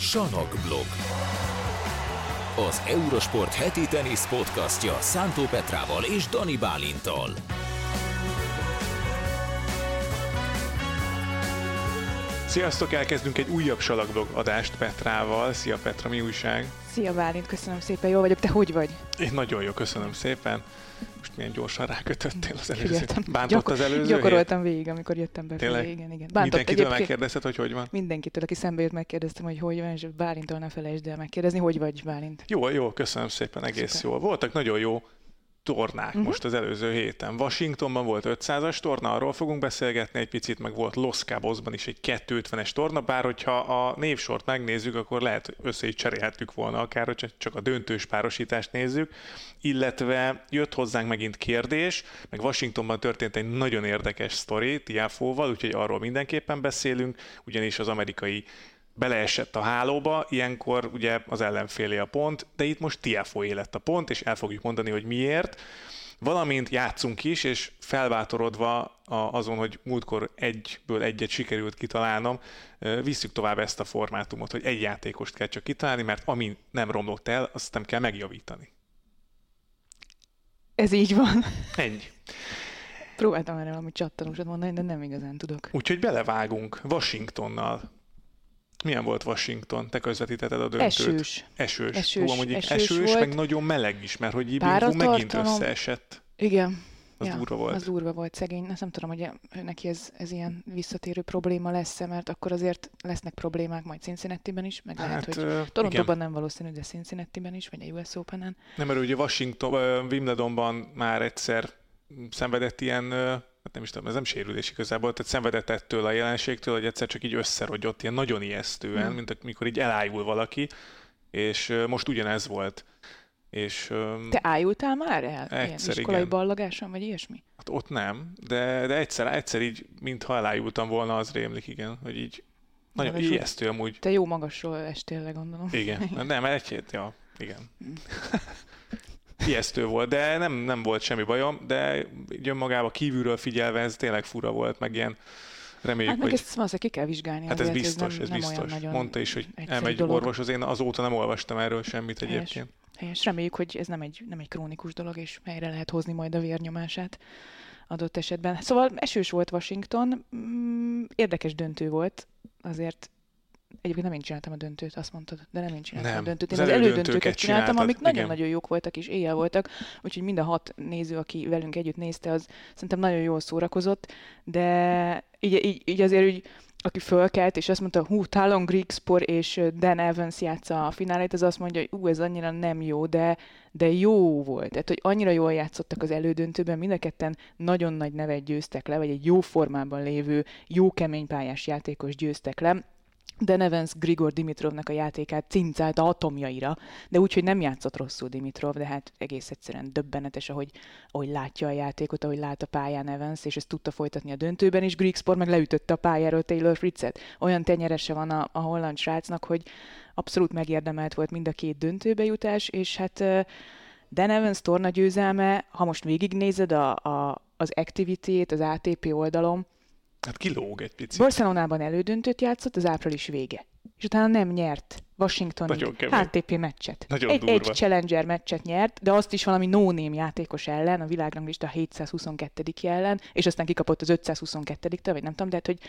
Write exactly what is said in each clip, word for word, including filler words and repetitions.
Sanokblog. Az Eurosport heti tenisz podcastja Szántó Petrával és Dani Bálinttal. Sziasztok, elkezdünk egy újabb Sanokblog adást Petrával. Szia Petra, mi újság? Szia Bálint, köszönöm szépen, jól vagyok, te hogy vagy? Én nagyon jó, köszönöm szépen. Most milyen gyorsan rákötöttél az előző. Bántott Gyakor- az előző Gyakoroltam hét? végig, amikor jöttem be. Tényleg? Igen, igen. Bántott Mindenkitől egyébként... megkérdezted, hogy hogy van? Mindenkitől, aki szembe jött, megkérdeztem, hogy hogy van, és Bálintól ne felejtsd el megkérdezni, hogy vagy, Bálint. Jó, jó, köszönöm szépen, egész Szuper. jól. Voltak nagyon jó tornák uh-huh. most az előző héten. Washingtonban volt ötszázas torna, arról fogunk beszélgetni egy picit, meg volt Los Cabosban is egy kétszázötvenes torna, bár hogyha a névsort megnézzük, akkor lehet, hogy össze is cserélhettük volna akár, hogy csak a döntős párosítást nézzük, illetve jött hozzánk megint kérdés, meg Washingtonban történt egy nagyon érdekes sztori Tiafóval, úgyhogy arról mindenképpen beszélünk, ugyanis az amerikai beleesett a hálóba, ilyenkor ugye az ellenfélé a pont, de itt most Tiafoé lett a pont, és el fogjuk mondani, hogy miért. Valamint játszunk is, és felbátorodva azon, hogy múltkor egyből egyet sikerült kitalálnom, visszük tovább ezt a formátumot, hogy egy játékost kell csak kitalálni, mert ami nem romlott el, azt nem kell megjavítani. Ez így van. Ennyi. Próbáltam erre valami csattanósat mondani, de nem igazán tudok. Úgyhogy belevágunk Washingtonnal. Milyen volt Washington? Te közvetítetted a döntőt. Esős. Esős. Esős, Hú, mondjuk esős, esős volt. meg nagyon meleg is, mert hogy Ibinfu megint összeesett. Igen. Az ja, durva volt. Az durva volt, szegény. Ezt nem tudom, hogy neki ez, ez ilyen visszatérő probléma lesz-e, mert akkor azért lesznek problémák majd Cincinnatiben is, meg lehet, Hát, hogy uh, Torontóban nem valószínű, de Cincinnatiben is, vagy a U S Openen. Nem, mert ugye Washington, uh, Wimbledonban már egyszer szenvedett ilyen, uh, hát nem is tudom, ez nem sérülés igazából, tehát szenvedett ettől a jelenségtől, hogy egyszer csak így összerogyott, ilyen nagyon ijesztően, hmm. mint amikor így elájul valaki, és uh, most ugyanez volt. És, um, Te ájultál már el? Egyszer, ilyen iskolai igen. ballagáson, vagy ilyesmi? Hát ott nem, de, de egyszer, egyszer így, mintha elájultam volna, az rémlik, igen, hogy így nagyon Na, ijesztő amúgy. Te jó magasról estél le, gondolom. Igen, nem, egy-két, ja, igen. Ijesztő volt, de nem, nem volt semmi bajom, de így önmagába kívülről figyelve ez tényleg fura volt, meg ilyen reméljük, hát meg hogy... ezt valószínűleg ki kell vizsgálni. Hát ez azért, biztos, ez, ez nem, biztos. Nem Mondta is, hogy elmegy dolog. orvoshoz, én azóta nem olvastam erről semmit egyébként. Helyes. Helyes. Reméljük, hogy ez nem egy, nem egy krónikus dolog, és helyre lehet hozni majd a vérnyomását adott esetben. Szóval esős volt Washington, érdekes döntő volt, azért egyébként nem én csináltam a döntőt, azt mondtad, de nem én csináltam nem, a döntőt. Én az az elődöntőket csináltam, amik igen. nagyon-nagyon jók voltak, és éjjel voltak, úgyhogy mind a hat néző, aki velünk együtt nézte, az szerintem nagyon jól szórakozott, de így, így, így azért úgy, aki fölkelt, és azt mondta, hú, Talon Griekspoor és Dan Evans játsza a finálét, az azt mondja, hogy ú, ez annyira nem jó, de, de jó volt. Tehát, hogy annyira jól játszottak az elődöntőben, mind a ketten nagyon nagy nevet győztek le, vagy egy jó formában lévő, jó kemény pályás játékos győztek le. Dan Evans Grigor Dimitrovnak a játékát cincálta atomjaira, de úgy, hogy nem játszott rosszul Dimitrov, de hát egész egyszerűen döbbenetes, ahogy, ahogy látja a játékot, ahogy lát a pályán Evans, és ezt tudta folytatni a döntőben, és Griekspoor meg leütötte a pályáról Taylor Fritzet. Olyan tenyerese van a, a holland srácnak, hogy abszolút megérdemelt volt mind a két döntőbe jutás, és hát Dan Evans torna győzelme, ha most végignézed a, a, az Activity-t az á té pé oldalon, hát kilóg egy picit. Barcelonában elődöntőt játszott, az április vége. És utána nem nyert Washingtoni há té pé meccset. Nagyon egy, durva. egy Challenger meccset nyert, de azt is valami no-name játékos ellen, a világranglista hétszázhuszonkettedike ellen, és aztán kikapott az ötszázhuszonkettediktől, vagy nem tudom, de hát, hogy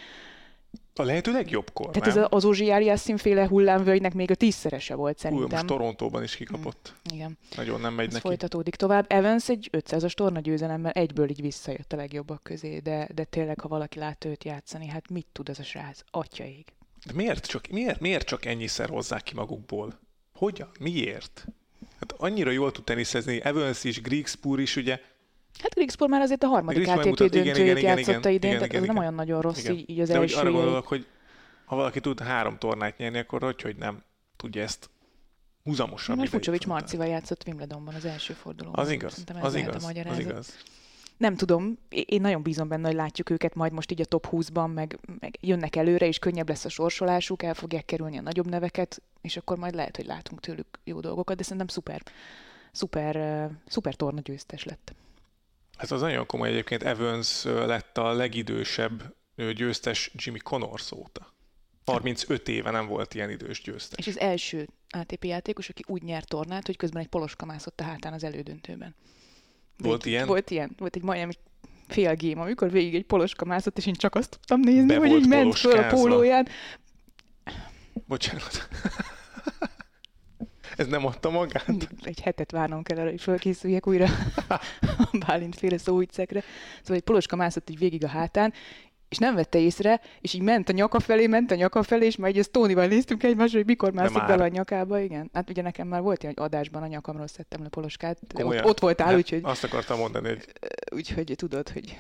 a lehető legjobbkor, tehát nem? ez az Ozsi Ariassin féle hullámvölgynek még a tízszerese volt szerintem. Új, most Torontóban is kikapott. Mm, igen. Nagyon nem megy ez neki. Folytatódik tovább. Evans egy ötszázas torna győzelemmel egyből így visszajött a legjobbak közé, de, de tényleg, ha valaki látta őt játszani, hát mit tud ez a srác? Atyaig. De miért csak, miért, miért csak ennyiszer hozzák ki magukból? Hogyan? Miért? Hát annyira jól tud teniszezni, Evans is, Griekspoor is, ugye. Hát Griekspoor már azért a harmadik á té pé döntőjét játszotta idén, tehát ez nem olyan nagyon rossz igen. így, így az de első. De arra gondolok, hogy ha valaki tud három tornát nyerni, akkor hogy, hogy nem tudja ezt húzamosan. Mert Fucsovics Marcival játszott Wimbledonban az első fordulóban. Az igaz, az igaz, az igaz. Nem tudom, én nagyon bízom benne, hogy látjuk őket majd most így a top húszban, meg, meg jönnek előre, és könnyebb lesz a sorsolásuk, el fogják kerülni a nagyobb neveket, és akkor majd lehet, hogy látunk tőlük jó dolgokat, de szerintem szuper, szuper, szuper torna győztes lett. Ez az nagyon komoly egyébként, Evans lett a legidősebb győztes Jimmy Connors óta. harmincöt éve nem volt ilyen idős győztes. És az első á té pé játékos, aki úgy nyert tornát, hogy közben egy poloska mászott a hátán az elődöntőben. Volt végig, ilyen? Volt ilyen. Volt egy majdnem egy fél game, amikor végig egy poloska mászott, és én csak azt tudtam nézni, Be hogy így ment föl a pólóján. Bocsánat. Ez nem adta magát? Egy hetet várnom kell arra, hogy fölkészüljek újra a Bálint-féle szóviccekre. Szóval egy poloska mászott így végig a hátán, és nem vette észre, és így ment a nyaka felé, ment a nyaka felé, és már így ezt Tónival néztünk egymásra, hogy mikor mászik bele a nyakába, igen. Hát ugye nekem már volt ilyen, hogy adásban a nyakamról szedtem le poloskát, de ott, ott voltál, hát, úgyhogy... Azt akartam mondani, hogy... Úgyhogy tudod, hogy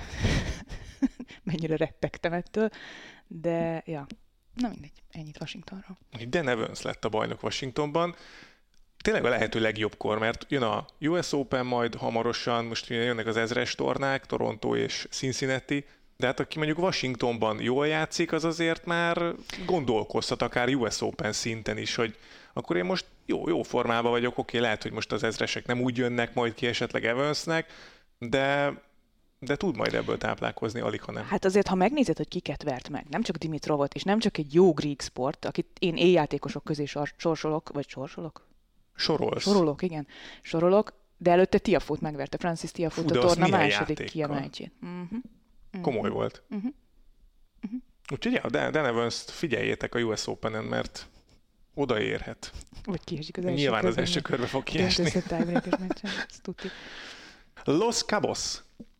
mennyire rettegtem ettől, de ja, na mindegy, ennyit Washingtonról. Dan Evans lett a bajnok Washingtonban, tényleg a lehető legjobbkor, mert jön a u es Open majd hamarosan, most jönnek az ezres tornák, Toronto és Cincinnati, de hát aki mondjuk Washingtonban jól játszik, az azért már gondolkozhat akár u es Open szinten is, hogy akkor én most jó, jó formában vagyok, oké, lehet, hogy most az ezresek nem úgy jönnek majd ki esetleg Evansnek, de, de tud majd ebből táplálkozni, alig ha nem. Hát azért, ha megnézed, hogy kiket vert meg, nem csak Dimitrovot, és nem csak egy jó Greek sport, akit én éjjátékosok közé sor- sorsolok, vagy sorsolok? Sorolsz. Sorolok, igen. Sorolok, de előtte Tiafót megverte, Francis Tiafót, a torna második kiemeltjét. Uh-huh. Komoly volt. Uh-huh. Uh-huh. Úgyhogy ja, Dan Evans-t figyeljétek a u es Openen, mert odaérhet. Vagy kiesik az első Nyilván körben. az első körbe fog kiesni. Döntőszett tiebreakers meccsen, ezt tudjuk. Los Cabos.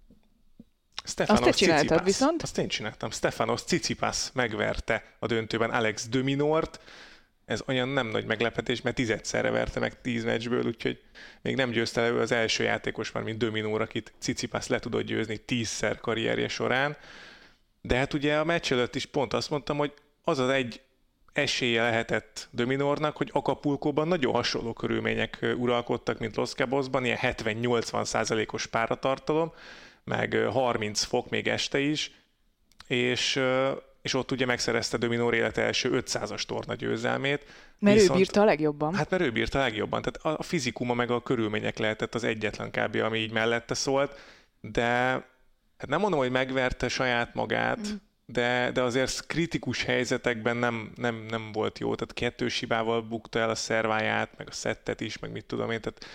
Stefanos Azt te csináltad Tsitsipas. viszont? Azt én csináltam. Stefanos Tsitsipas megverte a döntőben Alex de Minaurt. Ez olyan nem nagy meglepetés, mert tizedszerre verte meg tíz meccsből, úgyhogy még nem győzte le ő az első játékos már, mint de Minaur, akit Tsitsipas le tudott győzni tízszer karrierje során. De hát ugye a meccs előtt is pont azt mondtam, hogy az az egy esélye lehetett de Minaurnak, hogy Acapulcóban nagyon hasonló körülmények uralkodtak, mint Los Cabosban, ilyen hetven-nyolcvan százalékos páratartalom, meg harminc fok még este is, és, és ott ugye megszerezte de Minaur élet első ötszázas torna győzelmét. Mert Viszont, ő bírta a legjobban. Hát mert ő bírta a legjobban, tehát a fizikuma meg a körülmények lehetett az egyetlen kb. Ami így mellette szólt, de hát nem mondom, hogy megverte saját magát, mm. de, de azért kritikus helyzetekben nem, nem, nem volt jó, tehát kettős hibával bukta el a szerváját, meg a szettet is, meg mit tudom én, tehát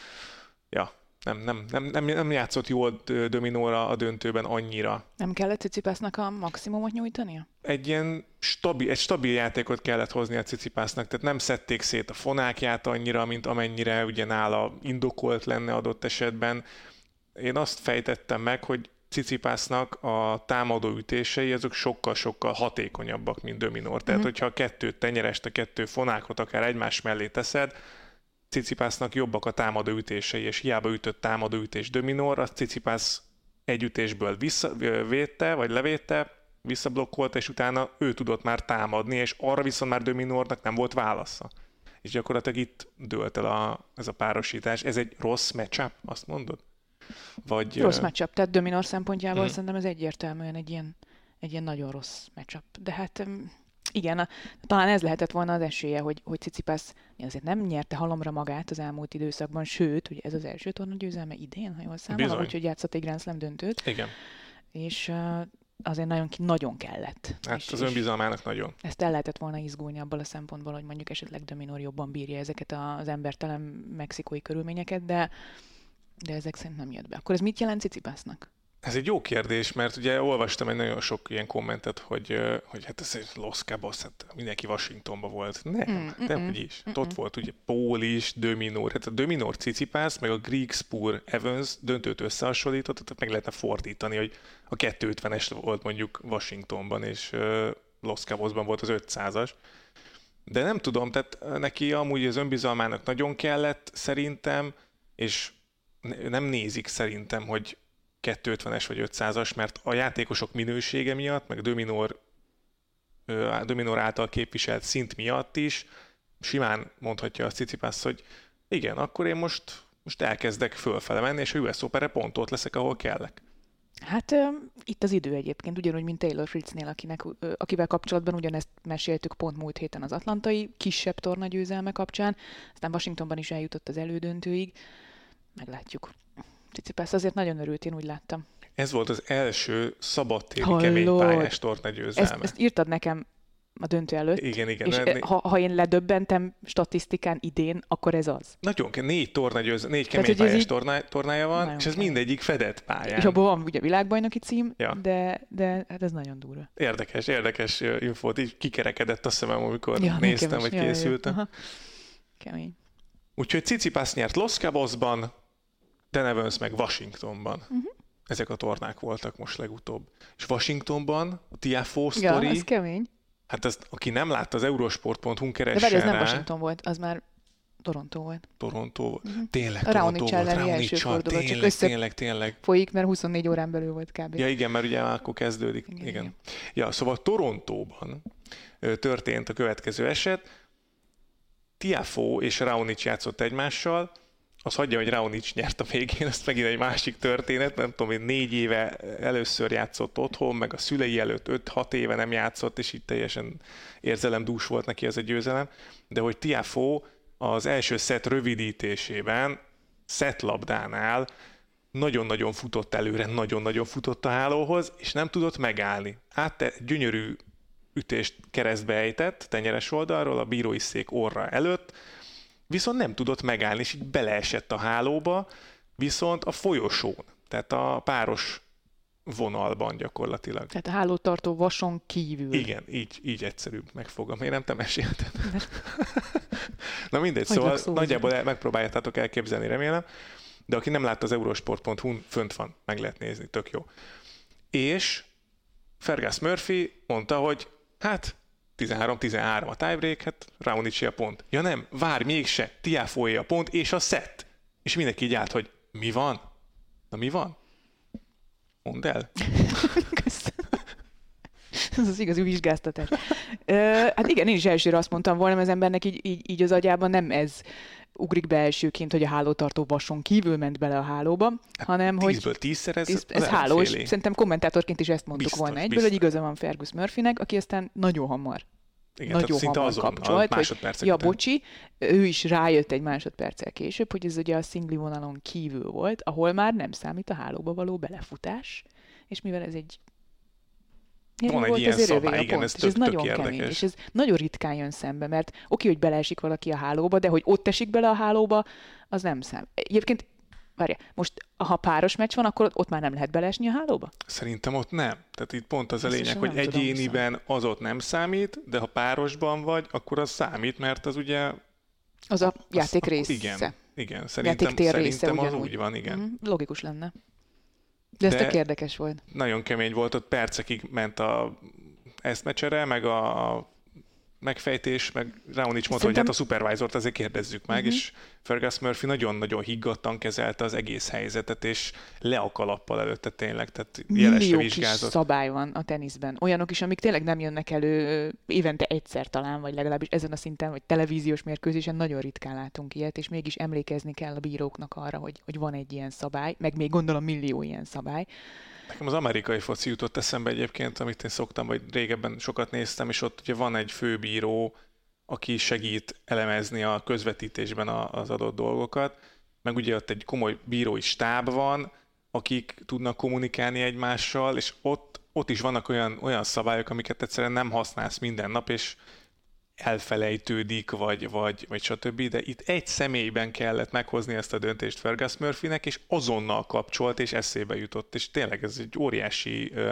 ja, nem, nem, nem, nem, nem játszott jól de Minaur a döntőben annyira. Nem kellett Tsitsipasnak a maximumot nyújtania? Egy ilyen stabil, egy stabil játékot kellett hozni a Tsitsipasnak, tehát nem szedték szét a fonákját annyira, mint amennyire ugye nála indokolt lenne adott esetben. Én azt fejtettem meg, hogy Tsitsipasnak a támadó ütései azok sokkal-sokkal hatékonyabbak, mint de Minaur. Tehát, mm-hmm. hogyha a kettőt tenyerest, a kettő fonákot akár egymás mellé teszed, Tsitsipasnak jobbak a támadó ütései, és hiába ütött támadó ütés de Minaur, az Tsitsipas egy ütésből visszavédte, vagy levédte, visszablokkolta, és utána ő tudott már támadni, és arra viszont már de Minaurnak nem volt válasza. És gyakorlatilag itt dőlt el a, ez a párosítás. Ez egy rossz matchup, azt mondod? Vagy, rossz matchup, tehát de Minaur szempontjából mm. szerintem ez egyértelműen egy ilyen, egy ilyen nagyon rossz matchup. De hát igen, a, talán ez lehetett volna az esélye, hogy, hogy Tsitsipas azért nem nyerte halomra magát az elmúlt időszakban, sőt, ugye ez az első torna győzelme idén, ha jól számolom, úgyhogy játszott egy Grand Slam döntőt. Igen. És uh, azért nagyon, nagyon kellett. Hát és, az önbizalmának nagyon. Ezt el lehetett volna izgulni abban a szempontból, hogy mondjuk esetleg de Minaur jobban bírja ezeket az embertelen mexikói körülményeket, de, de ezek szerint nem jött be. Akkor ez mit jelent Tsitsipasnak? Ez egy jó kérdés, mert ugye olvastam egy nagyon sok ilyen kommentet, hogy, hogy hát ez egy Los Cabos, hát mindenki Washingtonban volt. Nem, mm, de mm, hogy is. Mm, Ott volt ugye Paul is, de Minaur. Hát a de Minaur Tsitsipas, meg a Greek Spur Evans döntőt összehasonlított, tehát meg lehetne fordítani, hogy a kétszázötvenes volt mondjuk Washingtonban, és uh, Los Cabosban volt az ötszázas. De nem tudom, tehát neki amúgy az önbizalmának nagyon kellett szerintem, és nem nézik szerintem, hogy kétszázötvenes vagy ötszázas, mert a játékosok minősége miatt, meg de Minaur, de Minaur által képviselt szint miatt is simán mondhatja a Tsitsipas, hogy igen, akkor én most, most elkezdek fölfele menni, és a u es Openre pont ott leszek, ahol kellek. Hát uh, itt az idő egyébként, ugyanúgy, mint Taylor Fritznél, akinek, uh, akivel kapcsolatban ugyanezt meséltük pont múlt héten az atlantai kisebb tornagyőzelme kapcsán, aztán Washingtonban is eljutott az elődöntőig. Meglátjuk. Tsitsipas azért nagyon örült, én úgy láttam. Ez volt az első szabadtéri keménypályás tornagyőzelme. Ezt, ezt írtad nekem a döntő előtt. Igen, igen. És ne, ha, ha én ledöbbentem statisztikán idén, akkor ez az. Nagyon kell, négy torna győz, négy keménypályás így... torná, tornája van, és ez kell. Mindegyik fedett pályán. És abban van ugye világbajnoki cím, ja. de, de hát ez nagyon durva. Érdekes, érdekes infót, így kikerekedett a szemem, amikor ja, néztem, vagy készültem. Ja, kemény. Úgyhogy Tsitsipas nyert Los Cabosban, Dan Evans meg Washingtonban. Uh-huh. Ezek a tornák voltak most legutóbb. És Washingtonban a Tiafoe sztori... Ja, ez kemény. Hát ezt, aki nem látta, az eurosport pont hu keressen rá... De várj, ez nem rá. Washington volt, az már Toronto volt. Toronto volt. Uh-huh. Tényleg a Toronto volt. Raonic-sal Tényleg, tényleg, tényleg. Folyik, mert huszonnégy órán belül volt kb. Ja igen, mert ugye akkor kezdődik. Igen. igen. Ja, szóval Torontóban történt a következő eset. Tiafoe és Raonic játszott egymással, az hagyja, hogy Raonic nyert a végén, ezt megint egy másik történet, nem tudom, hogy négy éve először játszott otthon, meg a szülei előtt öt-hat éve nem játszott, és így teljesen érzelemdús volt neki ez a győzelem, de hogy Tiafoe az első szett rövidítésében, szettlabdánál nagyon-nagyon futott előre, nagyon-nagyon futott a hálóhoz, és nem tudott megállni. Hát gyönyörű ütést keresztbe ejtett tenyeres oldalról, a bírói szék orra előtt, viszont nem tudott megállni, és így beleesett a hálóba, viszont a folyosón, tehát a páros vonalban gyakorlatilag. Tehát a hálótartó vason kívül. Igen, így, így egyszerűbb megfogom. Én nem te mesélted. Na mindegy, Hagylak szóval szóval. nagyjából el, megpróbáljátok elképzelni, remélem, de aki nem látta, az eurosport pont hu-n fönt van, meg lehet nézni, tök jó. És Fergus Murphy mondta, hogy hát tizenhárom tizenhárom a tiebreak, hát Raonic a pont. Ja nem, várj, mégse, Tiafoe a pont, és a set. És mindenki így állt, hogy mi van? Na mi van? Mondd el. Ez az igazi vizsgáztatás. uh, hát igen, én is elsőre azt mondtam volna, mert az embernek így, így, így az agyában nem ez ugrik be elsőként, hogy a hálótartó vason kívül ment bele a hálóba, hát hanem hogy... Tízből tízszer ez, tíz, ez hálós. Szerintem kommentátorként is ezt mondtuk biztos, volna egyből, biztos. hogy igaza van Fergus Murphynek, aki aztán nagyon hamar igen, nagyon hamar azonnal, kapcsolt, hogy ja, után. bocsi, ő is rájött egy másodperccel később, hogy ez ugye a szingli vonalon kívül volt, ahol már nem számít a hálóba való belefutás, és mivel ez egy Van egy volt, ilyen szabály, igen, pont, ez és tök, ez nagyon tök kemény, érdekes. és ez nagyon ritkán jön szembe, mert oké, hogy beleesik valaki a hálóba, de hogy ott esik bele a hálóba, az nem szám. Egyébként, várja, most ha páros meccs van, akkor ott már nem lehet beleesni a hálóba? Szerintem ott nem. Tehát itt pont az a Ezt lényeg, hogy egyéniben az ott nem számít, de ha párosban vagy, akkor az számít, mert az ugye... Az a játék az, része. Igen, igen. Szerintem, Játéktér része szerintem az ugyanúgy. úgy van, igen. Mm, logikus lenne. De ez De tök érdekes volt. Nagyon kemény volt, ott percekig ment a eszmecsere, meg a megfejtés, meg Raonic mondta, Szerintem... hogy hát a supervisort azért kérdezzük meg, uh-huh. és Fergus Murphy nagyon-nagyon higgadtan kezelte az egész helyzetet, és le a kalappal előtte tényleg, tehát jelesre vizsgázott. Millió kis szabály van a teniszben. Olyanok is, amik tényleg nem jönnek elő évente egyszer talán, vagy legalábbis ezen a szinten, vagy televíziós mérkőzésen nagyon ritkán látunk ilyet, és mégis emlékezni kell a bíróknak arra, hogy, hogy van egy ilyen szabály, meg még gondolom millió ilyen szabály. Nekem az amerikai foci jutott eszembe egyébként, amit én szoktam, vagy régebben sokat néztem, és ott ugye van egy főbíró, aki segít elemezni a közvetítésben az adott dolgokat, meg ugye ott egy komoly bírói stáb van, akik tudnak kommunikálni egymással, és ott, ott is vannak olyan, olyan szabályok, amiket egyszerűen nem használsz minden nap, és elfelejtődik, vagy, vagy, vagy stb. De itt egy személyben kellett meghozni ezt a döntést Fergus Murphynek, és azonnal kapcsolt, és eszébe jutott, és tényleg ez egy óriási uh,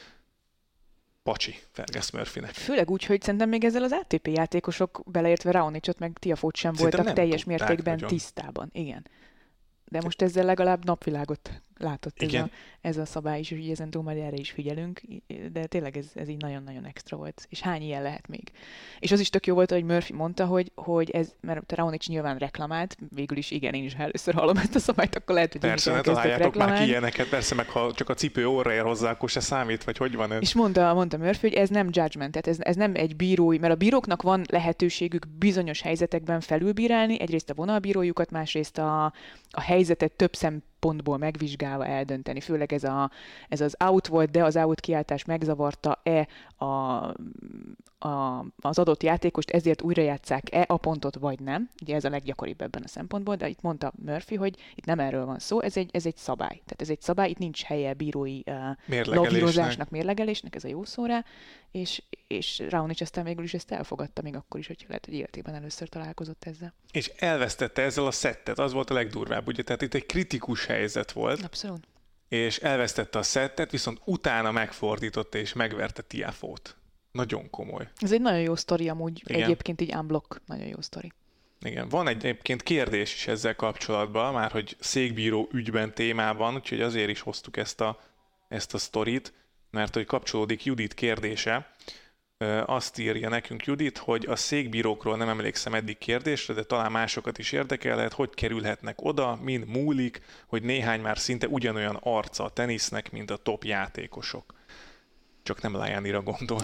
pacsi Fergus Murphynek. Főleg úgy, hogy szerintem még ezzel az á té pé játékosok, beleértve Raonicot, meg Tiafoe sem Szerintem voltak teljes tudták mértékben nagyon. tisztában. Igen. De most ezzel legalább napvilágot látott ez a, ez a szabály is, hogy ezen túl majd erre is figyelünk, de tényleg ez, ez így nagyon-nagyon extra volt. És hány ilyen lehet még? És az is tök jó volt, hogy Murphy mondta, hogy, hogy ez, mert Raonic nyilván reklamált, végül is igen, én is ha először hallom ezt a szabályt, akkor lehet, hogy persze, ne találjátok már ki ilyeneket, persze, meg ha csak a cipő óra ér hozzá, akkor se számít, vagy hogy van ez? És mondta, mondta Murphy, hogy ez nem judgment, tehát ez, ez nem egy bírói, mert a bíróknak van lehetőségük bizonyos helyzetekben felülbírálni, egyrészt a vonalbírójukat, másrészt a, a helyzetet több szempontból megvizsgálva eldönteni. Főleg ez, a, ez az out volt, de az out kiáltás megzavarta-e a, a, az adott játékost, ezért újra játsszák-e a pontot, vagy nem. Ugye ez a leggyakoribb ebben a szempontból, de itt mondta Murphy, hogy itt nem erről van szó, ez egy, ez egy szabály. Tehát ez egy szabály, itt nincs helye bírói uh, lavírozásnak, mérlegelésnek, ez a jó szó rá, és, és Raonic aztán végül is ezt elfogadta, még akkor is, hogy lehet, hogy életében először találkozott ezzel. És elvesztette ezzel a szettet, az volt a legdurvább, ugye, tehát itt egy kritikus helyzet volt. Abszolút. És elvesztette a szettet, viszont utána megfordította és megverte Tiafót. Nagyon komoly. Ez egy nagyon jó sztori amúgy, Igen. Egyébként így unblock, nagyon jó sztori. Igen, van egy egyébként kérdés is ezzel kapcsolatban, már hogy székbíró ügyben témában, úgyhogy azért is hoztuk ezt a, ezt a sztorit, mert hogy kapcsolódik Judit kérdése. Azt írja nekünk Judit, hogy a székbírókról nem emlékszem eddig kérdésre, de talán másokat is érdekelhet, hogy kerülhetnek oda, mind múlik, hogy néhány már szinte ugyanolyan arca a tenisznek, mint a top játékosok. Csak nem Lajánira gondol.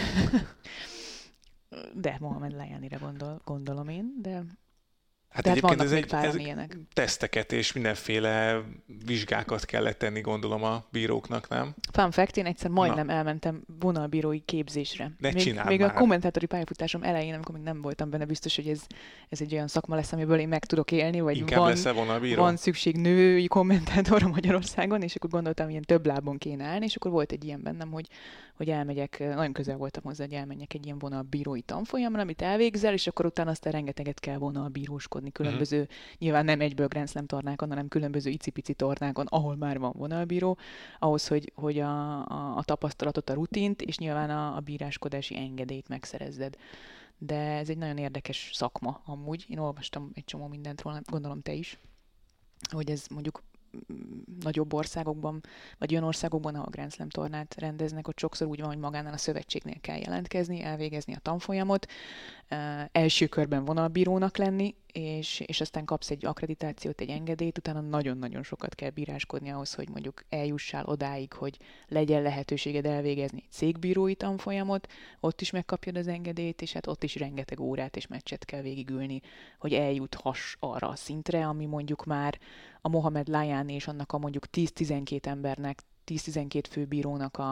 De Mohamed Lajánira gondol, gondolom én, de... Hát Tehát egyébként ez vannak egy, még ez páran ilyenek. teszteket és mindenféle vizsgákat kellett tenni, gondolom a bíróknak, nem? Fun fact, én egyszer majdnem Na. elmentem vonalbírói képzésre. De még még a kommentátori pályafutásom elején, amikor még nem voltam benne biztos, hogy ez, ez egy olyan szakma lesz, amiből én meg tudok élni, vagy Inkább van, lesz-e vonalbíró? van szükség női kommentátorra Magyarországon, és akkor gondoltam, ilyen több lábon kéne állni, és akkor volt egy ilyen bennem, hogy, hogy elmegyek, nagyon közel voltam hozzá, hogy elmenjek egy ilyen vonalbírói tanfolyamra, amit elvégzel, és akkor utána aztán rengeteget kell vonalbíróskodni különböző, uh-huh. nyilván nem egyből Grand Slam tornákon, hanem különböző icipici tornákon, ahol már van vonalbíró, ahhoz, hogy, hogy a, a, a tapasztalatot, a rutint, és nyilván a, a bíráskodási engedélyt megszerezzed. De ez egy nagyon érdekes szakma amúgy. Én olvastam egy csomó mindent róla, gondolom te is, hogy ez mondjuk nagyobb országokban, vagy olyan országokban, ahol Grand Slam tornát rendeznek, ott sokszor úgy van, hogy magánál a szövetségnél kell jelentkezni, elvégezni a tanfolyamot, első körben vonalbírónak lenni, és, és aztán kapsz egy akkreditációt, egy engedélyt, utána nagyon-nagyon sokat kell bíráskodni ahhoz, hogy mondjuk eljussál odáig, hogy legyen lehetőséged elvégezni egy székbírói tanfolyamot, ott is megkapjad az engedélyt, és hát ott is rengeteg órát és meccset kell végigülni, hogy eljuthass arra a szintre, ami mondjuk már a Mohamed Lajáni és annak a mondjuk tíz-tizenkét embernek, tíz-tizenkét főbírónak a,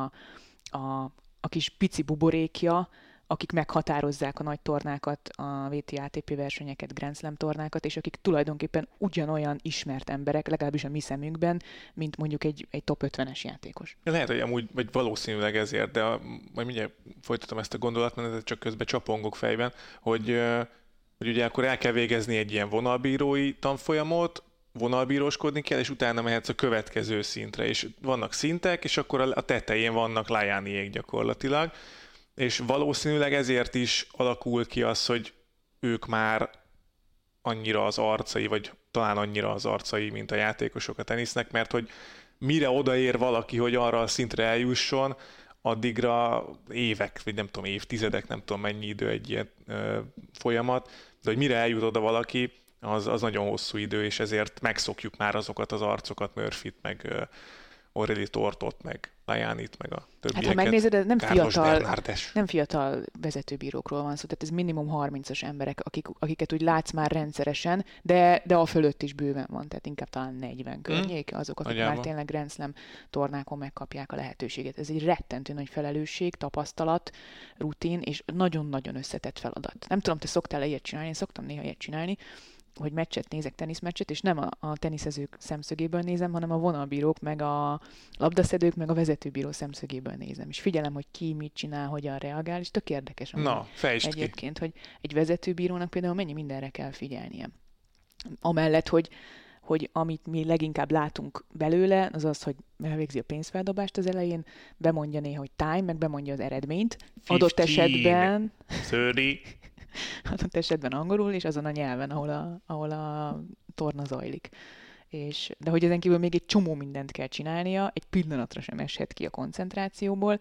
a, a kis pici buborékja, akik meghatározzák a nagy tornákat, a vé té á té pé versenyeket, Grand Slam tornákat, és akik tulajdonképpen ugyanolyan ismert emberek, legalábbis a mi szemünkben, mint mondjuk egy, egy top ötvenes játékos. Lehet, hogy amúgy, vagy valószínűleg ezért, de a, majd mindjárt folytatom ezt a gondolatmenetet, csak közben csapongok fejben, hogy, hogy ugye akkor el kell végezni egy ilyen vonalbírói tanfolyamot, vonalbíróskodni kell, és utána mehetsz a következő szintre, és vannak szintek, és akkor a tetején vannak Lajániék gyakorlatilag, és valószínűleg ezért is alakul ki az, hogy ők már annyira az arcai, vagy talán annyira az arcai, mint a játékosok a tenisznek, mert hogy mire odaér valaki, hogy arra a szintre eljusson, addigra évek, vagy nem tudom, évtizedek, nem tudom mennyi idő egy ilyen ö, folyamat, de hogy mire eljut oda valaki, az, az nagyon hosszú idő, és ezért megszokjuk már azokat az arcokat, Murphyt, meg ö, Aurélie Tortot, meg Lajánit, meg a többieket. Hát ha megnézed, ez nem Carlos fiatal, Bernardes. nem fiatal vezetőbírókról van szó, tehát ez minimum harmincas emberek, akik, akiket úgy látsz már rendszeresen, de, de a fölött is bőven van, tehát inkább talán negyven környék, azok, akik Nagyjából. már tényleg Grand Slam tornákon megkapják a lehetőséget. Ez egy rettentő nagy felelősség, tapasztalat, rutin, és nagyon-nagyon összetett feladat. Nem tudom, te szoktál ilyet csinálni, én szoktam néha ilyet csinálni, hogy meccset nézek, teniszmeccset, és nem a, a teniszezők szemszögéből nézem, hanem a vonalbírók, meg a labdaszedők, meg a vezetőbíró szemszögéből nézem. És figyelem, hogy ki mit csinál, hogyan reagál, és tök érdekes. Na, fejtsd ki. Egyébként, hogy egy vezetőbírónak például mennyi mindenre kell figyelnie. Amellett, hogy hogy amit mi leginkább látunk belőle, az az, hogy elvégzi a pénzfeldobást az elején, bemondja néha, hogy time, meg bemondja az eredményt. Adott esetben... harminc adott esetben angolul, és azon a nyelven, ahol a, ahol a torna zajlik. És, de hogy ezen kívül még egy csomó mindent kell csinálnia, egy pillanatra sem eshet ki a koncentrációból,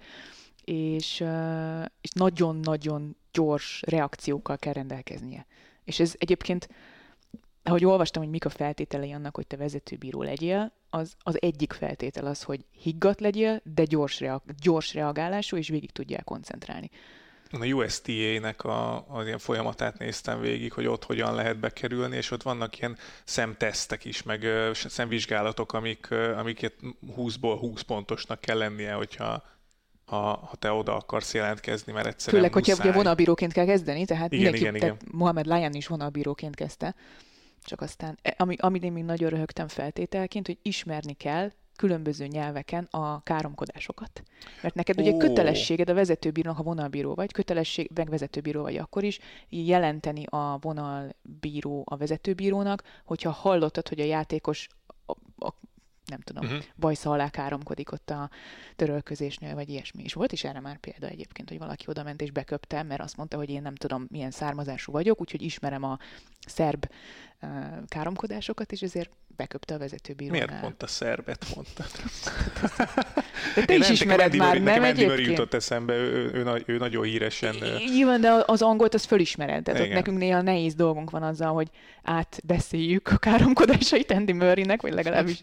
és, és nagyon-nagyon gyors reakciókkal kell rendelkeznie. És ez egyébként, ahogy olvastam, hogy mik a feltételei annak, hogy te vezetőbíró legyél, az, az egyik feltétel az, hogy higgadt legyél, de gyors, reag- gyors reagálású, és végig tudjál koncentrálni. A U S T A-nek a, az ilyen folyamatát néztem végig, hogy ott hogyan lehet bekerülni, és ott vannak ilyen szemtesztek is, meg ö, szemvizsgálatok, amik, ö, amiket húszból húsz pontosnak kell lennie, hogyha ha, ha te oda akarsz jelentkezni, mert egyszerűen Főleg, muszáj. hogyha vonalbíróként kell kezdeni, tehát igen, mindenki, igen, tehát Mohamed Laján is vonalbíróként kezdte, csak aztán, ami, amit én még nagyon röhögtem feltételként, hogy ismerni kell különböző nyelveken a káromkodásokat. Mert neked ugye Ó. kötelességed a vezetőbírónak, ha vonalbíró vagy, kötelesség, meg vezetőbíró vagy akkor is, jelenteni a vonalbíró a vezetőbírónak, hogyha hallottad, hogy a játékos a, a, nem tudom, uh-huh. bajsza alá káromkodik ott a törölközésnél, vagy ilyesmi. És volt is erre már példa egyébként, hogy valaki oda ment és beköpte, mert azt mondta, hogy én nem tudom, milyen származású vagyok, úgyhogy ismerem a szerb uh, káromkodásokat, és ezért beköpte a vezetőbírónál. Miért pont a szerbet mondtad? De te is ismered már, nem egyébként? Nekem jutott eszembe, ő, ő, ő, ő nagyon híresen... Nyilván, de az angolt azt fölismered. Tehát ott nekünk néha nehéz dolgunk van azzal, hogy átbeszéljük a káromkodásait Andy Murraynek, vagy legalábbis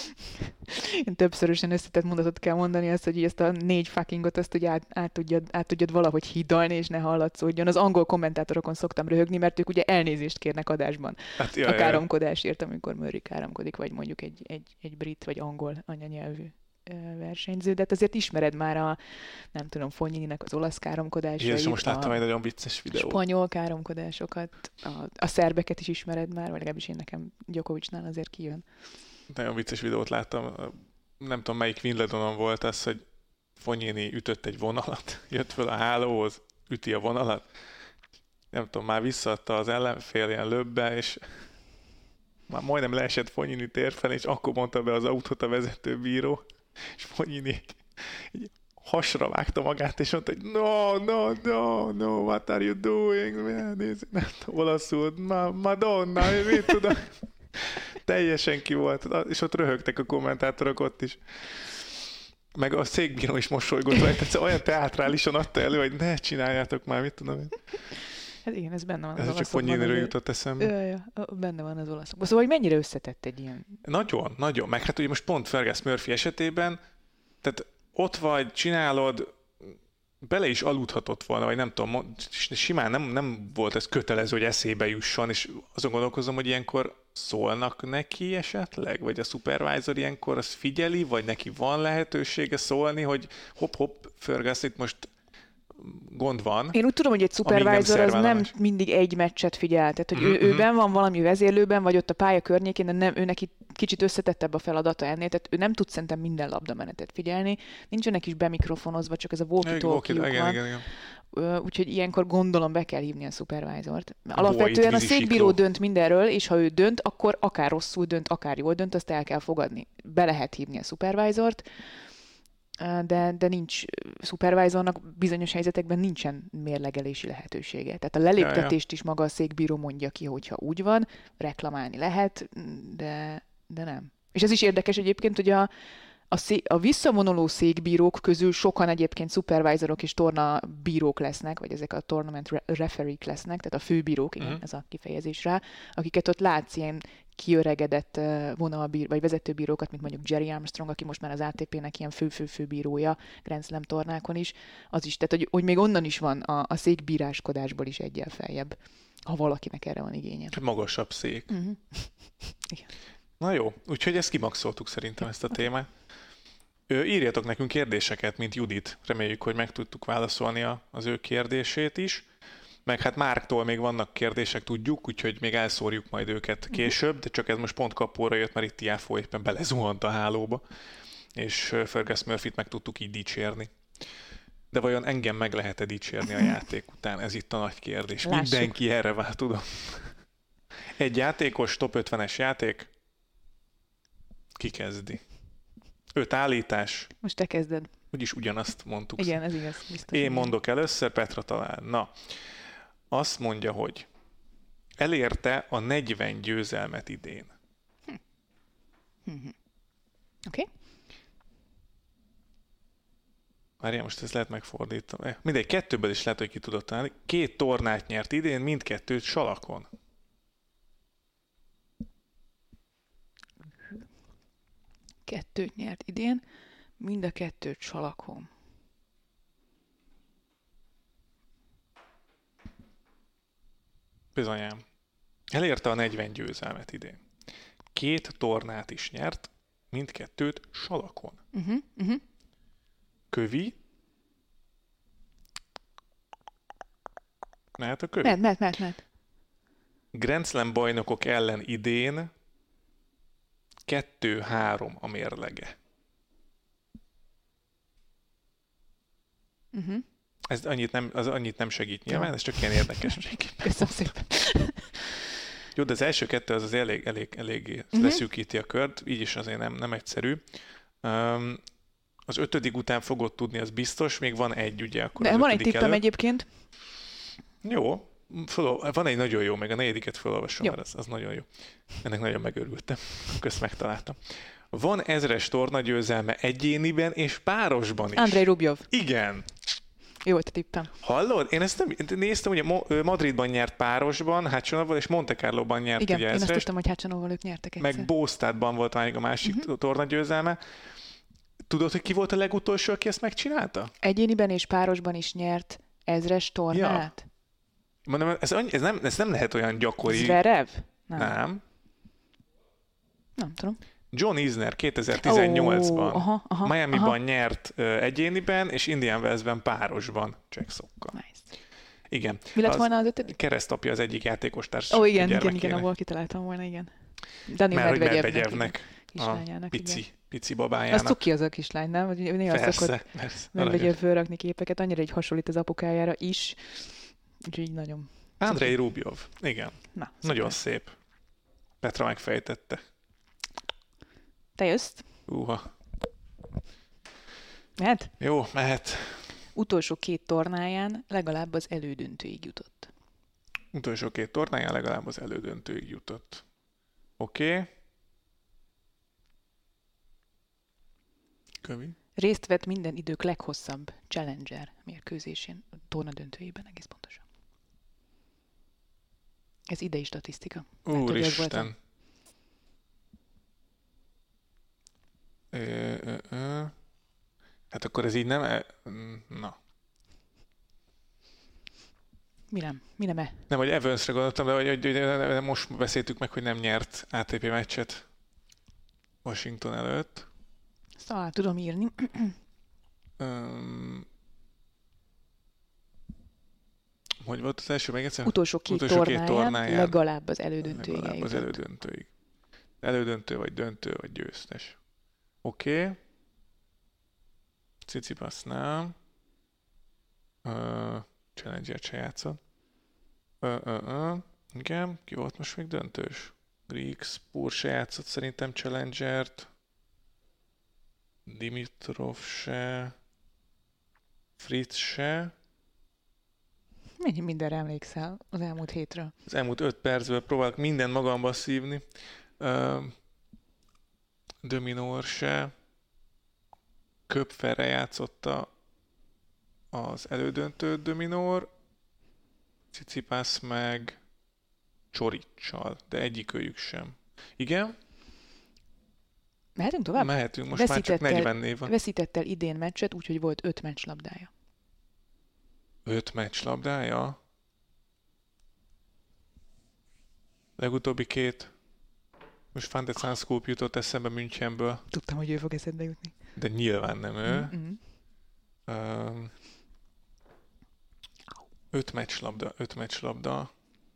én többszörösen összetett mondatot kell mondani, azt, hogy ezt a négy fuckingot azt, hogy át, át, tudjad, át tudjad valahogy hídalni, és ne hallatszódjon. Az angol kommentátorokon szoktam röhögni, mert ők ugye elnézést kérnek adásban hát, jaj, a káromkodásért, amikor Murray káromkodik, vagy mondjuk egy, egy, egy brit vagy angol anyanyelvű versenyző, de hát azért ismered már a, nem tudom, Fognininek az olasz káromkodásait. Igen, most láttam egy nagyon vicces videót. Spanyol káromkodásokat, a, a szerbeket is ismered már, vagy legalábbis én nekem Djokovicnál azért kijön. Nagyon vicces videót láttam, nem tudom melyik Wimbledonon volt az, hogy Fognini ütött egy vonalat, jött fel a hálóhoz, üti a vonalat, nem tudom, már visszaadta az ellenfél ilyen löbbe, és már majdnem leesett Fognini tér fel, és akkor mondta be az autót a vezetőbíró, és Fognini így hasra vágta magát, és mondta, hogy no, no, no, no, what are you doing? Nézd, nem tudom, olaszul, ma, Madonna, mit tudom. Teljesen ki volt, és ott röhögtek a kommentátorok ott is. Meg a székbíró is mosolygott rajta, tehát olyan teátrálisan adta elő, hogy ne csináljátok már, mit tudom én. Hát igen, ez benne van az ez olaszokban. Ez csak Fogniniről jutott eszembe. Ja, ja, benne van az olaszokban. Szóval, hogy mennyire összetett egy ilyen? Nagyon, nagyon. Meg hát ugye most pont Fergus Murphy esetében, tehát ott vagy, csinálod, bele is aludhatott volna, vagy nem tudom, simán nem, nem volt ez kötelező, hogy eszébe jusson, és azon gondolkozom, hogy ilyenkor szólnak neki esetleg, vagy a supervisor ilyenkor azt figyeli, vagy neki van lehetősége szólni, hogy hopp-hopp, Fergus, itt most gond van. Én úgy tudom, hogy egy supervisor nem az nem mindig egy meccset figyel, tehát hogy uh-huh. ő, őben van valami vezérlőben, vagy ott a pálya környékén, de nem, ő neki kicsit összetettebb a feladata ennél, tehát ő nem tud szerintem minden labdamenetet figyelni, nincsenek is bemikrofonozva, csak ez a walkie-talkie van. Igen, igen, igen. Úgyhogy ilyenkor gondolom be kell hívni a supervisort. Alapvetően a székbíró dönt mindenről, és ha ő dönt, akkor akár rosszul dönt, akár jól dönt, azt el kell fogadni. Be lehet hívni a supervisort, de, de nincs supervisornak bizonyos helyzetekben nincsen mérlegelési lehetősége. Tehát a leléptetést is maga a székbíró mondja ki, hogyha úgy van, reklamálni lehet, de, de nem. És ez is érdekes egyébként, hogy a, a, szé, a visszavonuló székbírók közül sokan egyébként supervisorok és tornabírók lesznek, vagy ezek a tournament refereek lesznek, tehát a főbírók, igen, uh-huh. ez a kifejezés rá, akiket ott látsz ilyen kiöregedett vonalbír, vagy vezetőbírókat, mint mondjuk Jerry Armstrong, aki most már az á té pének ilyen fő-fő-főbírója Grand Slam tornákon is, az is, tehát hogy, hogy még onnan is van a, a székbíráskodásból is egyel feljebb, ha valakinek erre van igénye. Magasabb szék. Uh-huh. Igen. Na jó, úgyhogy ezt kimaxoltuk szerintem ezt a témát. Ő, írjatok nekünk kérdéseket, mint Judit. Reméljük, hogy meg tudtuk válaszolni a, az ő kérdését is. Meg hát Márktól még vannak kérdések, tudjuk, úgyhogy még elszórjuk majd őket később, de csak ez most pont kapóra jött, mert itt Tiafoe éppen belezuhant a hálóba, és Fergus Murphyt meg tudtuk így dicsérni. De vajon engem meg lehet-e dicsérni a játék után? Ez itt a nagy kérdés. Lássuk. Mindenki erre vár, tudom. Egy játékos, top ötvenes játék, ki kezdi? Öt állítás. Most te kezded. Úgyis ugyanazt mondtuk. Igen, ez igaz. Biztos. Én mondok először, Petra talán. Na, azt mondja, hogy elérte a negyven győzelmet idén. Hm. Hm. Oké. Okay. Várjál, most ezt lehet megfordítani. Mindegy, kettőből is lehet, hogy ki tudott találni. Két tornát nyert idén, mindkettőt salakon. Kettőt nyert idén, mind a kettőt salakon. Bizonyám. Elérte a negyven győzelmet idén. Két tornát is nyert, mindkettőt salakon. Uh-huh, uh-huh. Kövi. Mehet a kövi? Mehet, mehet, mehet, mehet. Grand Slam bajnokok ellen idén kettő három a mérlege. Uh-huh. Ez annyit nem, az annyit nem segít nyilván, ez csak ilyen érdekes. Köszönöm szépen. Jó, de az első kettő az, az elég, elég, elég uh-huh. leszűkíti a kört, így is azért nem, nem egyszerű. Um, az ötödik után fogod tudni, az biztos, még van egy, ugye, akkor de van egy tippem egyébként. Jó, föl, van egy nagyon jó, meg a negyediket felolvasom, mert az, az nagyon jó. Ennek nagyon megörültem, közt megtaláltam. Van ezres tornagyőzelme egyéniben és párosban is. Andrei Rublev. Igen. Jó volt a tippem. Hallod? Én ezt nem néztem, ugye Madridban nyert párosban, Hácsonóval, és Monte Carloban nyert. Igen, ugye én ezrest. azt tudtam, hogy Hácsonóval ők nyertek egyszer. Meg Bósztádban volt még a másik uh-huh. tornagyőzelme. Tudod, hogy ki volt a legutolsó, aki ezt megcsinálta? Egyéniben és párosban is nyert ezres tornát? Ja. Mondom, ez, ez, nem, ez nem lehet olyan gyakori. Zverev? Nem. Nem. Nem tudom. John Isner kétezer-tizennyolcban oh, aha, aha, Miamiban aha. nyert uh, egyéniben, és Indian Wellsben párosban Jack Sockkal. Nice. Igen. Mi lett volna az ötödik? Keresztapja az egyik játékostárs. Ó, oh, igen, igen, igen, abból kitaláltam volna, igen. Dani Medvegyevnek. A pici, igen. pici babájának. Az cuki az a kislány, nem? Néha persze, szokott persze. Medvegyev fölrakni képeket, annyira így hasonlít az apukájára is. Úgyhogy így nagyon... Andrei Rublev. Igen. Na, nagyon szép. Petra megfejtette. Te jössz? Uha. Mehet? Jó, mehet. Utolsó két tornáján legalább az elődöntőig jutott. Utolsó két tornáján legalább az elődöntőig jutott. Oké. Okay. Kövi. Részt vett minden idők leghosszabb Challenger mérkőzésén, torna döntőjében egész pontosan. Ez idei statisztika. Úristen. Ö, ö, ö. Hát akkor ez így nem... E... Na. Mi nem? Mi nem-e? Nem, hogy Evansre gondoltam, de hogy, hogy, hogy most beszéltük meg, hogy nem nyert á té pé meccset Washington előtt. Ezt alá tudom írni. um, hogy volt az első, még egyszer? Utolsó két, Utolsó tornáján, két tornáján legalább az elődöntőig legalább az elődöntőig. Elődöntő vagy döntő vagy győztes. Oké. Okay. Cicipasnál. Uh, Challenger se játszott. Uh, uh, uh. Igen, ki volt most még döntős? Griggs, Pur se játszott szerintem Challengert. Dimitrov se. Fritz se. Mennyi mindenre emlékszel az elmúlt hétről? Az elmúlt öt percben próbálok mindent magamba szívni. Uh, Dominor se. Köpferre játszotta az elődöntő Dominor. Tsitsipas meg Csoricsal, de egyikőjük sem. Igen? Mehetünk tovább? Mehetünk, most már csak negyven név van. Veszített el idén meccset, úgyhogy volt öt meccslabdája. Öt meccslabdája? Legutóbbi két. Most Van de Zandschulp jutott eszembe Münchenből. Tudtam, hogy ő fog eszedbe jutni. De nyilván nem ő. Mm-hmm. Um, öt meccslabda, öt meccslabda.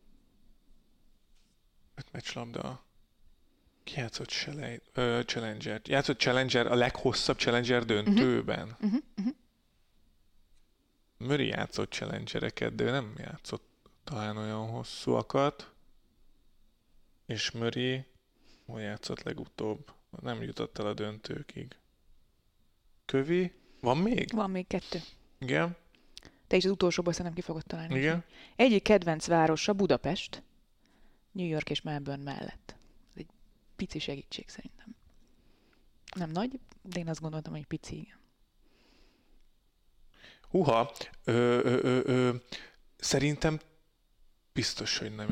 Öt meccslabda. Ki játszott Selej, ö, Challenger? Játszott Challenger a leghosszabb Challenger döntőben. Uh-huh. Uh-huh. Murray játszott Challengereket, de ő nem játszott talán olyan hosszúakat. És Murray hol játszott legutóbb? Nem jutott el a döntőkig. Kövi? Van még? Van még kettő. Igen? Te is az utolsóból szerintem ki fogod találni. Igen? Egyik kedvenc városa Budapest, New York és Melbourne mellett. Ez egy pici segítség szerintem. Nem nagy, de én azt gondoltam, hogy pici, igen. Húha, ö, ö, ö, ö, szerintem biztos, hogy nem ő.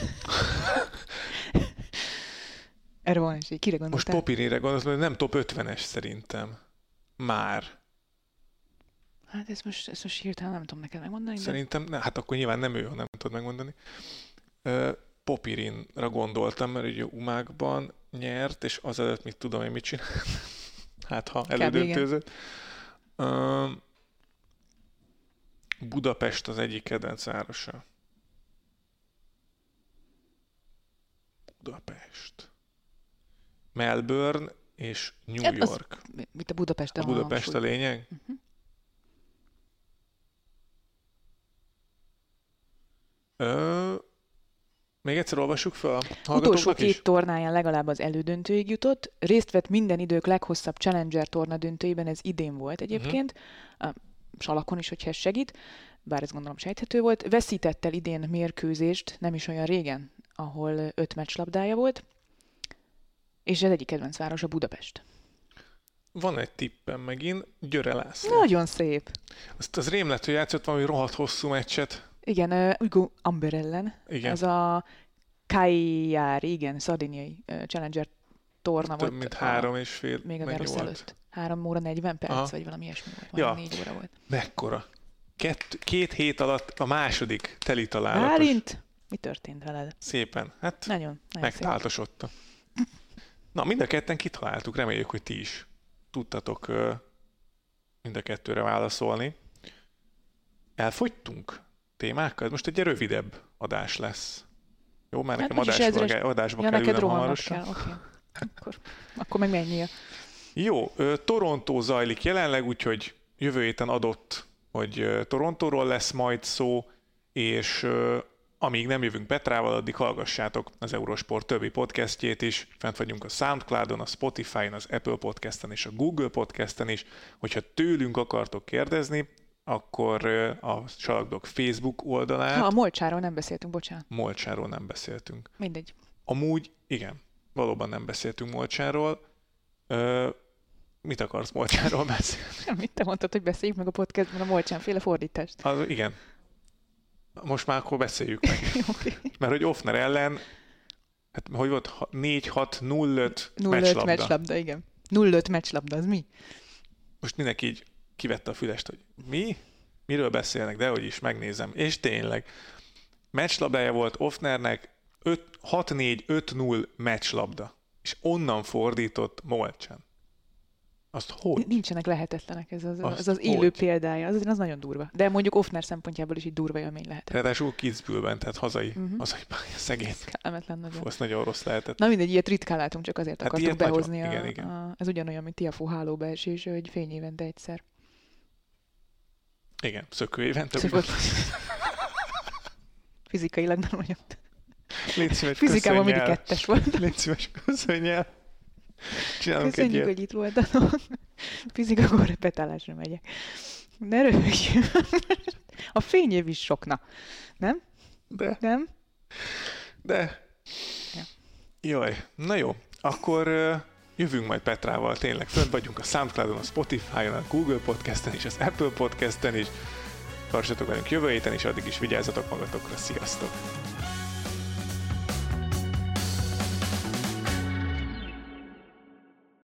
Erre van is, kire gondoltál? Most Popirinre gondoltam, hogy nem top ötvenes szerintem. Már. Hát ezt most, ezt most hirtelen nem tudom neked megmondani. Szerintem, de... ne, hát akkor nyilván nem ő, ha nem tudod megmondani. Uh, Popirinra gondoltam, mert ugye Umákban nyert, és azelőtt mit tudom én mit csinál. Hát ha elődöntőzött. Uh, Budapest az egyik kedvenc városa. Budapest. Melbourne és New York. Az, mit a Budapest a A Budapest a lényeg? Uh-huh. Ö... Még egyszer olvassuk fel a Utolsó két is? tornáján legalább az elődöntőig jutott. Részt vett minden idők leghosszabb Challenger torna döntőiben, ez idén volt egyébként. Uh-huh. Salakon is, hogyha ez segít, bár ez gondolom sejthető volt. Veszített el idén mérkőzést, nem is olyan régen, ahol öt meccslabdája volt, és az egyik kedvenc városa Budapest. Van egy tippem megint, Györe László. Nagyon szép. Azt az rém lett, hogy játszott valami rohadt hosszú meccset. Igen, uh, Ugo Amber ellen. Igen. Ez a Cagliari, igen, szardiniai uh, Challenger torna Több volt. mint három és fél. Még a Garros előtt. három óra negyven perc, Aha. vagy valami ilyesmi volt. Ja. négy óra volt. Mekkora? Kett, két hét alatt a második teli találatos. Bálint, mi történt veled? Szépen. Hát nagyon, nagyon megtáltosodta. Na, mind a ketten kitaláltuk, reméljük, hogy ti is tudtatok uh, mind a kettőre válaszolni. Elfogytunk témákkal? Most egy rövidebb adás lesz. Jó, már hát nekem adásba, ezres... adásba ja, kell ülnem hamarosan. Kell. Okay. Akkor, akkor meg menjél. Jó, Toronto zajlik jelenleg, úgyhogy jövő héten adott, hogy Torontóról lesz majd szó, és amíg nem jövünk Petrával, addig hallgassátok az Eurosport többi podcastjét is. Fent vagyunk a Soundcloudon, a Spotify-on, az Apple Podcasten és a Google Podcasten is. Hogyha tőlünk akartok kérdezni, akkor a Salakblog Facebook oldalát... Ha, a Molcsáról nem beszéltünk, bocsánat. Molcsáról nem beszéltünk. Mindegy. Amúgy, igen, valóban nem beszéltünk Molcsáról. Ö, mit akarsz Molcsáról beszélni? Mit te mondtad, hogy beszéljük meg a podcastban a Molcsánféle fordítást? Az, igen. Most már akkor beszéljük meg. Mert hogy Offner ellen, hát hogy volt, négy hat null öt meccslabda. meccslabda, igen. null öt meccslabda, az mi? Most mindenki így kivette a fülest, hogy mi? Miről beszélnek, de hogy is megnézem. És tényleg, meccslabdája volt Offnernek, hat négy öt null meccslabda. És onnan fordított Molcsán. Azt hogy? Nincsenek lehetetlenek, ez az Azt az, az élő hogy? Példája, az, az nagyon durva. De mondjuk Offner szempontjából is egy durva élmény lehetett. Ráadásul Kitzbühelben, tehát hazai, uh-huh. hazai pálya, szegény. Kellemetlen nagyon. Fú, az nagyon rossz lehetett. Na mindegy, ilyet ritkán látunk, csak azért hát akartuk behozni. Nagyon, a, igen, igen. A, ez ugyanolyan, mint Tiafoe hálóbeesés, hogy fényévente egyszer. Igen, szökőévente. Fizikailag nem nagyon. Légy szíves, fizikában mindig kettes volt. Légy szíves, köszönj el. Csinálunk Köszönjük, hogy itt voltatok. Fizikakor repetálásra megyek. Ne röhögjünk. A fényév is sokna. Nem? De. Nem? De. Ja. Jaj, na jó. Akkor uh, jövünk majd Petrával. Tényleg fönt vagyunk a Soundcloudon, a Spotify-on, a Google Podcasten és az Apple Podcasten is. Tartsatok velünk jövő héten, és addig is vigyázzatok magatokra. Sziasztok!